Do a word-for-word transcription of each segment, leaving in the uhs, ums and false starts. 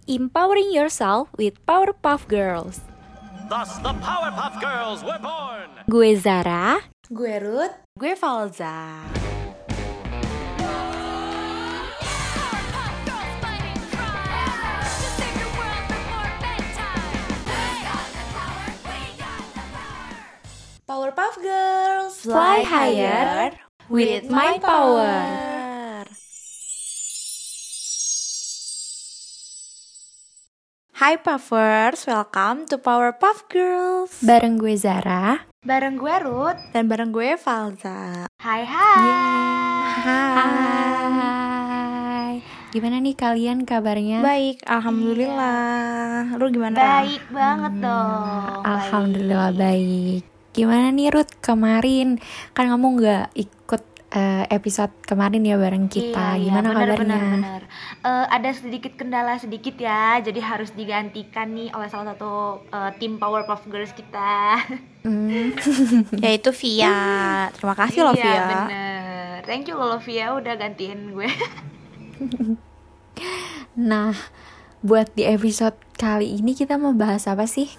Empowering yourself with Powerpuff Girls. Thus the Powerpuff Girls were born. Gue Zara. Gue Ruth. Gue Falza. Powerpuff Girls, Fly higher with my power. Hi Puffers, welcome to Powerpuff Girls. Bareng gue Zara. Bareng gue Ruth. Dan bareng gue Falza. Hai hai. Hai. Gimana nih kalian kabarnya? Baik, alhamdulillah. Lu gimana? Baik banget dong. Alhamdulillah baik. Gimana nih Ruth kemarin? Kan kamu gak ikut uh, episode kemarin ya bareng kita. Iya, Gimana iya, bener, kabarnya? bener, bener. Uh, ada sedikit kendala sedikit ya. Jadi harus digantikan nih oleh salah satu uh, tim Powerpuff Girls kita. Hmm. Yaitu Via. Terima kasih loh Via. Iya bener. Thank you loh Via udah gantiin gue. Nah, buat di episode kali ini kita mau bahas apa sih?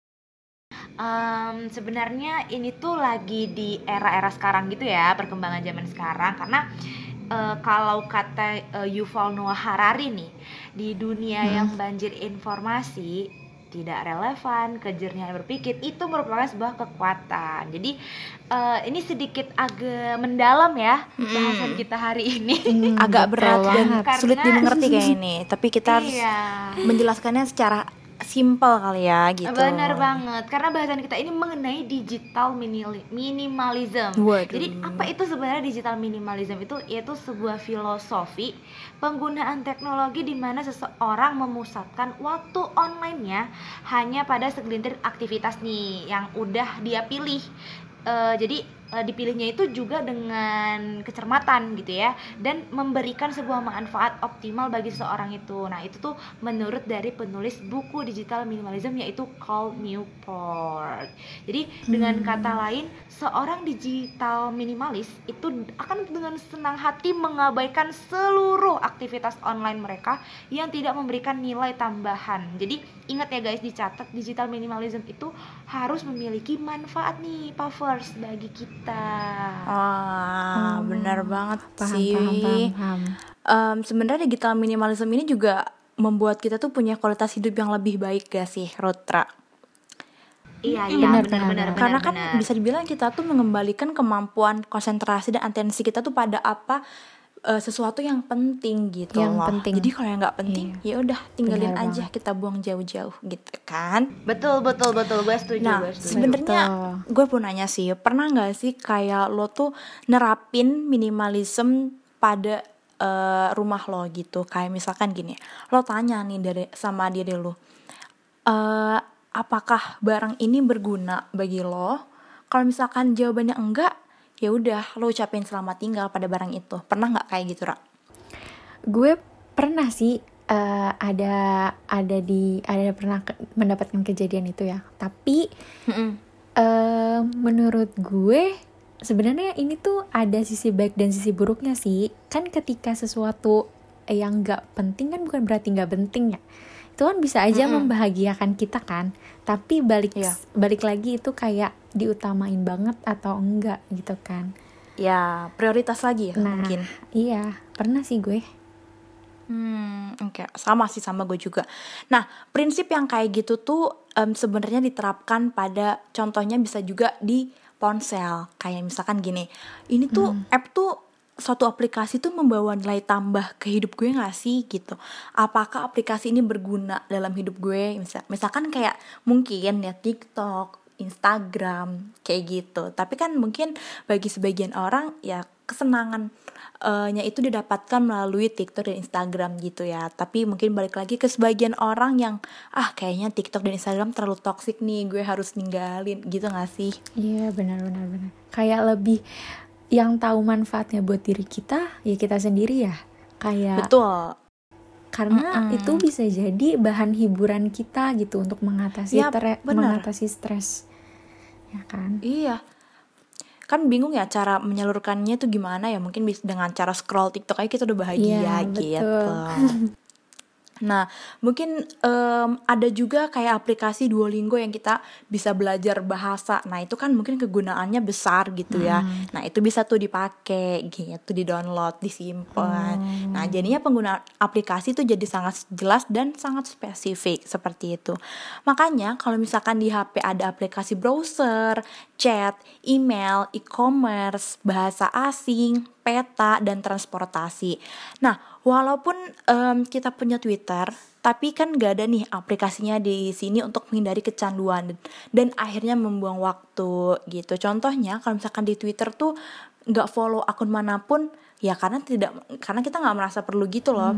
Um, sebenarnya ini tuh lagi di era-era sekarang gitu ya, perkembangan zaman sekarang. Karena uh, kalau kata uh, Yuval Noah Harari nih, di dunia Hmm. yang banjir informasi, tidak relevan, kejernihan berpikir itu merupakan sebuah kekuatan. Jadi uh, ini sedikit agak mendalam ya bahasan kita hari ini. Hmm, Agak betul berat dan banget. sulit Karena- dimengerti kayak ini. Tapi kita harus Iya. menjelaskannya secara simple kali ya gitu. Benar banget, karena bahasan kita ini mengenai digital minili- minimalism. Waduh. Jadi apa itu sebenarnya digital minimalism? Itu yaitu sebuah filosofi penggunaan teknologi di mana seseorang memusatkan waktu online-nya hanya pada segelintir aktivitas nih yang udah dia pilih. Eh, jadi eh, dipilihnya itu juga dengan kecermatan gitu ya, dan memberikan sebuah manfaat optimal bagi seseorang itu. Nah itu tuh menurut dari penulis buku digital minimalism yaitu Cal Newport. Jadi dengan kata lain, seorang digital minimalis itu akan dengan senang hati mengabaikan seluruh aktivitas online mereka yang tidak memberikan nilai tambahan. Jadi ingat ya guys, dicatat digital minimalism itu harus memiliki manfaat nih Puffers bagi kita. Wah, Oh. benar banget Paham, sih. paham, paham, paham. Em, sebenarnya digital minimalism ini juga membuat kita tuh punya kualitas hidup yang lebih baik gak sih, Rotra? Iya iya Benar, benar benar, benar benar. Karena benar, kan benar. bisa dibilang kita tuh mengembalikan kemampuan konsentrasi dan atensi kita tuh pada apa eh, sesuatu yang penting gitu Yang loh. penting. Jadi kalau yang nggak penting ya udah tinggalin Benar aja, kita buang jauh-jauh gitu kan. Betul betul betul, gue setuju, Nah, gue setuju. sebenarnya gue mau nanya sih, pernah nggak sih kayak lo tuh nerapin minimalism pada eh, rumah lo gitu? Kayak misalkan gini, lo tanya nih dari sama diri lo, eh, apakah barang ini berguna bagi lo? Kalau misalkan jawabannya enggak, ya udah lo ucapin selamat tinggal pada barang itu. Pernah nggak kayak gitu, Ra? Gue pernah sih eh, ada ada di ada pernah ke- mendapatkan kejadian itu ya. Tapi eh, menurut gue sebenarnya ini tuh ada sisi baik dan sisi buruknya sih. Kan ketika sesuatu yang nggak penting kan bukan berarti nggak penting ya. Itu kan bisa aja Mm-mm. membahagiakan kita kan. Tapi balik Iya. balik lagi itu kayak diutamain banget atau enggak gitu kan. Ya, prioritas lagi ya Nah, mungkin. iya, pernah sih gue. Hmm, oke, sama sih sama gue juga. Nah, prinsip yang kayak gitu tuh em, sebenarnya diterapkan pada, contohnya bisa juga di ponsel. Kayak misalkan gini, ini tuh app tuh suatu aplikasi tuh membawa nilai tambah ke hidup gue nggak sih gitu. Apakah aplikasi ini berguna dalam hidup gue? Misal, misalkan kayak mungkin ya TikTok, Instagram kayak gitu. Tapi kan mungkin bagi sebagian orang ya kesenangan eh, nya itu didapatkan melalui TikTok dan Instagram gitu ya. Tapi mungkin balik lagi ke sebagian orang yang ah kayaknya TikTok dan Instagram terlalu toksik nih, gue harus ninggalin gitu gak sih? Iya, benar benar benar. Kayak lebih yang tahu manfaatnya buat diri kita ya kita sendiri ya. Kayak Betul. karena Mm-mm. itu bisa jadi bahan hiburan kita gitu untuk mengatasi Yap, tre- benar. mengatasi stres. Ya kan? Iya. Kan bingung ya cara menyalurkannya tuh gimana ya. Mungkin bisa dengan cara scroll TikTok aja kita udah bahagia Iya, gitu. betul. Nah, mungkin um, ada juga kayak aplikasi Duolingo yang kita bisa belajar bahasa. Nah, itu kan mungkin kegunaannya besar gitu ya. Hmm. Nah, itu bisa tuh dipakai gitu, di-download, disimpan. Hmm. Nah, jadinya penggunaan aplikasi itu jadi sangat jelas dan sangat spesifik seperti itu. Makanya kalau misalkan di H P ada aplikasi browser, chat, email, e-commerce, bahasa asing, peta, dan transportasi. Nah, walaupun um, kita punya Twitter, tapi kan gak ada nih aplikasinya di sini untuk menghindari kecanduan dan akhirnya membuang waktu gitu. Contohnya kalau misalkan di Twitter tuh gak follow akun manapun, ya karena tidak karena kita gak merasa perlu gitu loh.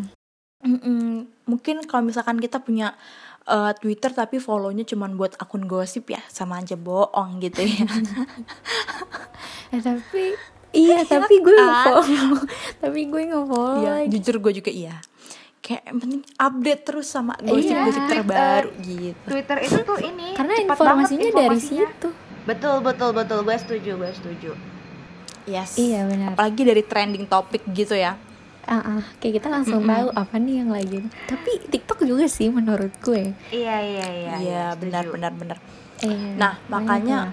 Hmm. Mungkin kalau misalkan kita punya uh, Twitter tapi follownya cuma buat akun gosip, ya sama aja bohong gitu ya. eh, tapi iya tapi gue nge-follow tapi gue nge-follow ya, jujur gue juga iya, kayak penting update terus sama gosip-gosip iya, terbaru uh, gitu. Twitter itu tuh ini karena informasinya, informasinya dari situ. Betul betul betul, gue setuju gue setuju. Yes. Iya benar. Apalagi dari trending topik gitu ya. Uh, uh, kayak kita langsung mm-hmm. tahu apa nih yang lagi. Tapi TikTok juga sih menurut gue. Iya iya iya. Iya benar benar benar. Iya, nah makanya.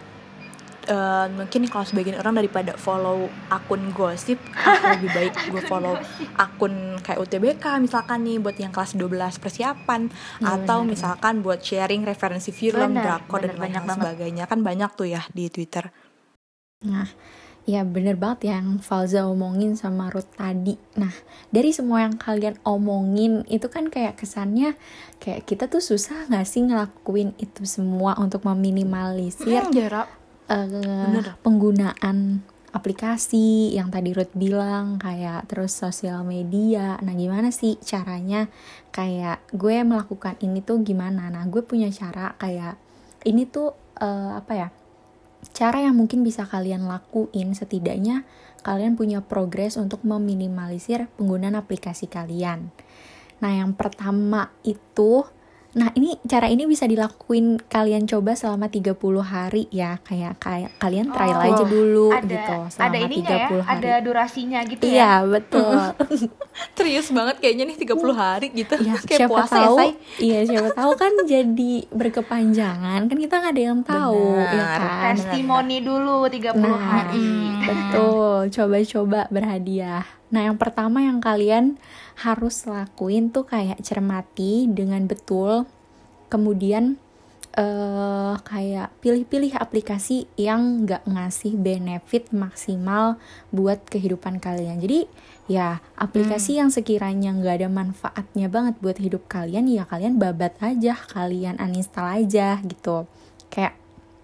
Uh, mungkin kalau sebagian orang daripada follow akun gosip, lebih baik gue follow akun kayak U T B K misalkan nih buat yang kelas dua belas persiapan, ya, atau bener, misalkan bener. buat sharing referensi film, drakor dan lain sebagainya. Kan banyak tuh ya di Twitter. Nah, ya bener banget yang Falza omongin sama Ruth tadi. Nah, dari semua yang kalian omongin itu kan kayak kesannya kayak kita tuh susah gak sih ngelakuin itu semua untuk meminimalisir hmm, jarak Uh, penggunaan aplikasi yang tadi Ruth bilang, kayak terus sosial media. Nah gimana sih caranya kayak gue melakukan ini tuh gimana? Nah gue punya cara kayak ini tuh uh, apa ya, cara yang mungkin bisa kalian lakuin, setidaknya kalian punya progres untuk meminimalisir penggunaan aplikasi kalian. Nah yang pertama itu, nah ini cara ini bisa dilakuin kalian coba selama tiga puluh hari ya. Kayak kayak kalian trial oh, aja dulu ada, gitu selama ada tiga puluh ya, hari. Ada durasinya gitu ya. Iya, betul. Serius banget kayaknya nih tiga puluh hari gitu. Ya, kayak siapa puasa tahu, ya, iya siapa tahu kan jadi berkepanjangan. Kan kita enggak ada yang tahu. Benar, ya kan? Testimoni dulu tiga puluh nah, hari. Betul, coba-coba berhadiah. Nah yang pertama yang kalian harus lakuin tuh kayak cermati dengan betul, kemudian uh, kayak pilih-pilih aplikasi yang gak ngasih benefit maksimal buat kehidupan kalian. Jadi ya aplikasi hmm. yang sekiranya gak ada manfaatnya banget buat hidup kalian, ya kalian babat aja, kalian uninstall aja gitu. Kayak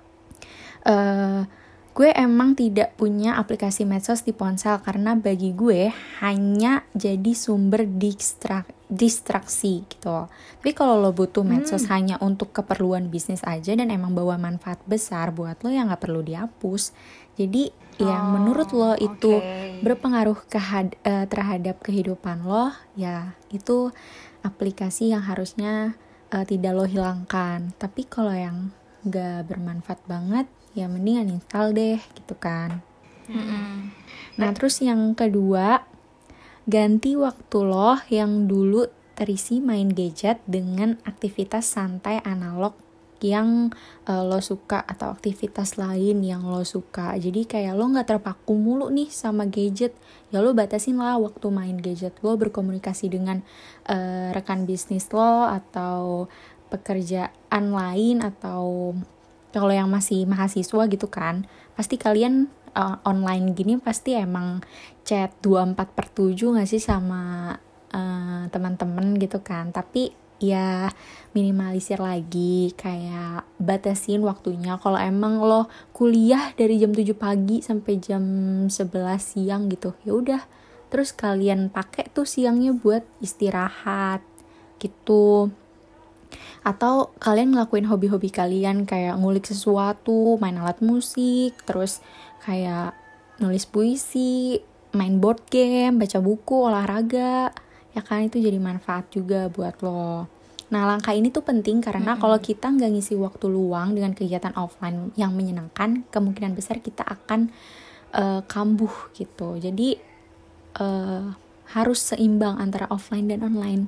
uh, gue emang tidak punya aplikasi medsos di ponsel karena bagi gue hanya jadi sumber distrak distraksi gitu. Tapi kalau lo butuh medsos hmm. hanya untuk keperluan bisnis aja dan emang bawa manfaat besar buat lo, ya nggak perlu dihapus. Jadi oh, yang menurut lo itu okay. berpengaruh kehad- uh, terhadap kehidupan lo, ya itu aplikasi yang harusnya uh, tidak lo hilangkan. Tapi kalau yang nggak bermanfaat banget, ya mendingan install deh gitu kan. Mm-hmm. Nah terus yang kedua, ganti waktu lo yang dulu terisi main gadget dengan aktivitas santai analog yang uh, lo suka atau aktivitas lain yang lo suka. Jadi kayak lo gak terpaku mulu nih sama gadget, ya lo batasin lah waktu main gadget lo, berkomunikasi dengan uh, rekan bisnis lo atau pekerjaan lain, atau kalau yang masih mahasiswa gitu kan, pasti kalian uh, online gini pasti emang chat dua puluh empat per tujuh gak sih sama uh, teman-teman gitu kan. Tapi ya minimalisir lagi, kayak batasin waktunya. Kalau emang lo kuliah dari jam tujuh pagi sampai jam sebelas siang gitu, ya udah terus kalian pakai tuh siangnya buat istirahat gitu. Atau kalian ngelakuin hobi-hobi kalian kayak ngulik sesuatu, main alat musik, terus kayak nulis puisi, main board game, baca buku, olahraga, ya kan itu jadi manfaat juga buat lo. Nah langkah ini tuh penting karena mm-hmm. kalau kita nggak ngisi waktu luang dengan kegiatan offline yang menyenangkan, kemungkinan besar kita akan uh, kambuh gitu. Jadi uh, harus seimbang antara offline dan online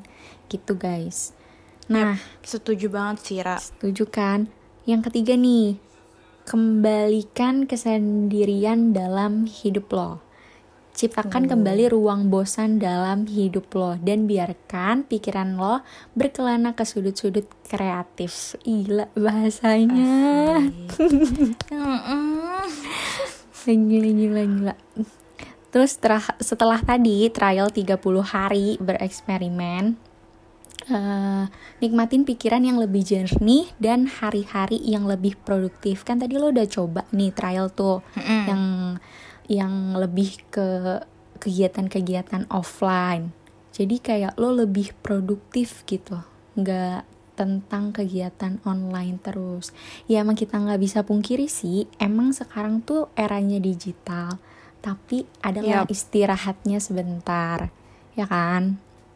gitu guys. Nah, yep, setuju banget sih Ra. Setuju kan? Yang ketiga nih, kembalikan kesendirian dalam hidup lo. Ciptakan oh. kembali ruang bosan dalam hidup lo dan biarkan pikiran lo berkelana ke sudut-sudut kreatif. Gila bahasanya. Gila, gila, gila. Terus setelah, setelah tadi trial tiga puluh hari bereksperimen, uh, nikmatin pikiran yang lebih jernih dan hari-hari yang lebih produktif. Kan tadi lo udah coba nih trial tuh mm-hmm. yang yang lebih ke kegiatan-kegiatan offline. Jadi kayak lo lebih produktif gitu, nggak tentang kegiatan online terus. Ya emang kita nggak bisa pungkiri sih, emang sekarang tuh eranya digital, tapi adalah yep. istirahatnya sebentar, ya kan?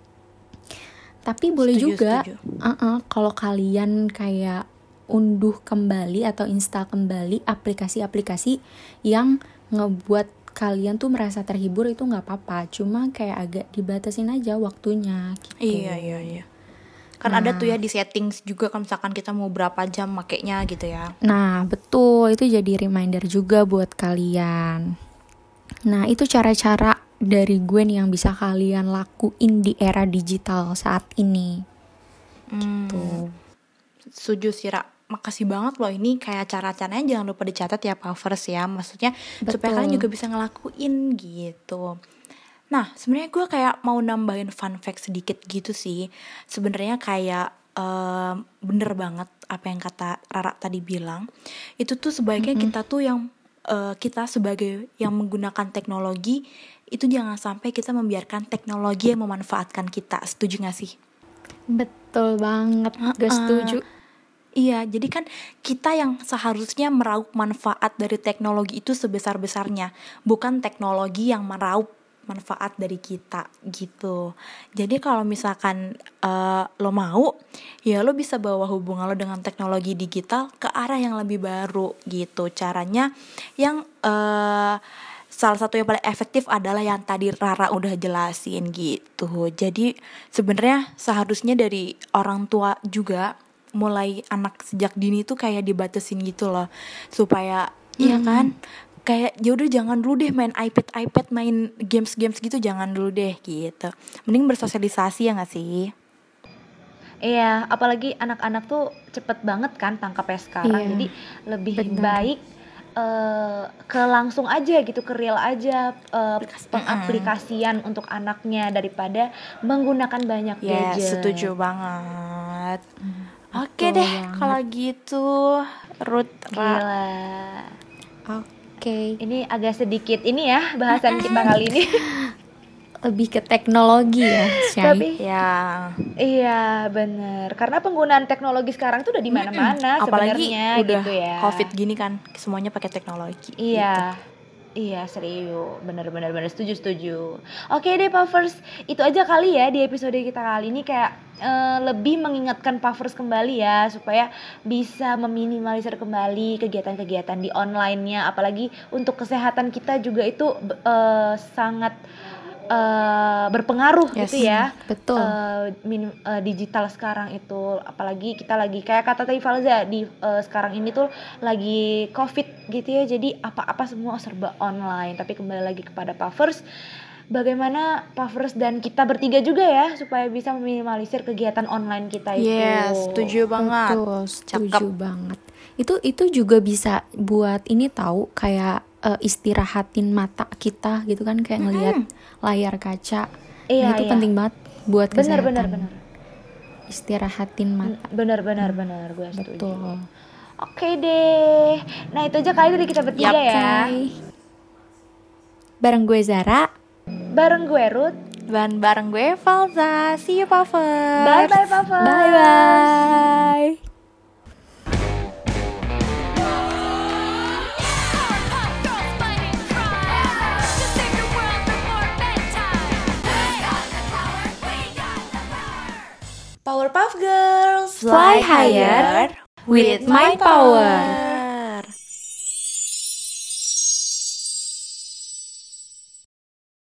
Tapi boleh setuju, juga uh-uh, kalau kalian kayak unduh kembali atau install kembali aplikasi-aplikasi yang ngebuat kalian tuh merasa terhibur, itu nggak apa-apa, cuma kayak agak dibatasin aja waktunya gitu. Iya iya iya. Kan nah, ada tuh ya di settings juga kalau misalkan kita mau berapa jam makainya gitu ya. Nah betul, itu jadi reminder juga buat kalian. Nah itu cara-cara dari gue nih yang bisa kalian lakuin di era digital saat ini. Hmm, gitu. Setuju sih Ra. Makasih banget loh, ini kayak cara-caranya jangan lupa dicatat ya Puffers ya. Maksudnya betul. Supaya kalian juga bisa ngelakuin gitu. Nah sebenarnya gue kayak mau nambahin fun fact sedikit gitu sih. Sebenarnya kayak uh, bener banget apa yang kata Rara tadi bilang. Itu tuh sebaiknya mm-hmm. kita tuh yang uh, kita sebagai yang menggunakan teknologi itu jangan sampai kita membiarkan teknologi yang memanfaatkan kita. Setuju gak sih? Betul banget, uh-uh. gue setuju. Iya, jadi kan kita yang seharusnya meraup manfaat dari teknologi itu sebesar-besarnya, bukan teknologi yang meraup manfaat dari kita gitu. Jadi kalau misalkan uh, lo mau, ya lo bisa bawa hubungan lo dengan teknologi digital ke arah yang lebih baru gitu. Caranya yang uh, salah satu yang paling efektif adalah yang tadi Rara udah jelasin gitu. Jadi sebenarnya seharusnya dari orang tua juga mulai anak sejak dini tuh kayak dibatasin gitu loh, supaya mm-hmm. ya kan kayak yaudah jangan dulu deh main iPad iPad main games games gitu, jangan dulu deh gitu, mending bersosialisasi ya nggak sih? Iya, apalagi anak-anak tuh cepet banget kan tangkapnya sekarang, yeah. jadi lebih Benar. baik uh, ke langsung aja gitu, ke real aja uh, pengaplikasian mm-hmm. untuk anaknya daripada menggunakan banyak yeah, gadget. Setuju banget. Mm. Oke deh, kalau gitu Ruth Ra. Oke. Okay. Ini agak sedikit ini ya bahasan kita kali ini. Lebih ke teknologi ya, Syai. Tapi ya, iya bener. Karena penggunaan teknologi sekarang tuh udah di mana-mana sebenarnya gitu ya. Covid gini kan, semuanya pakai teknologi. Iya. Gitu. Iya serius, bener-bener bener setuju setuju. Oke deh Puffers, itu aja kali ya di episode kita kali ini, kayak uh, lebih mengingatkan Puffers kembali ya supaya bisa meminimalisir kembali kegiatan-kegiatan di online-nya, apalagi untuk kesehatan kita juga itu uh, sangat Uh, berpengaruh yes, gitu ya. Betul. Uh, minim, uh, digital sekarang itu, apalagi kita lagi kayak kata tadi Falza di uh, sekarang ini tuh lagi Covid gitu ya. Jadi apa-apa semua serba online. Tapi kembali lagi kepada Puffers, bagaimana Puffers dan kita bertiga juga ya supaya bisa meminimalisir kegiatan online kita itu. Yes, setuju banget. Betul, setuju Cakep. banget. Itu itu juga bisa buat ini tahu kayak uh, istirahatin mata kita gitu kan, kayak ngelihat mm-hmm. layar kaca. Iya, nah itu iya. penting banget buat bener, kesehatan. Bener bener istirahatin mata. Bener bener bener, gue setuju. Betul. Oke deh. Nah itu aja kali dari kita bertiga yep, ya. Okay. Bareng gue Zara, bareng gue Ruth, dan bareng gue Falza. See you Puffers. Bye bye Puffers. Bye bye. Powerpuff Girls, fly higher with my power.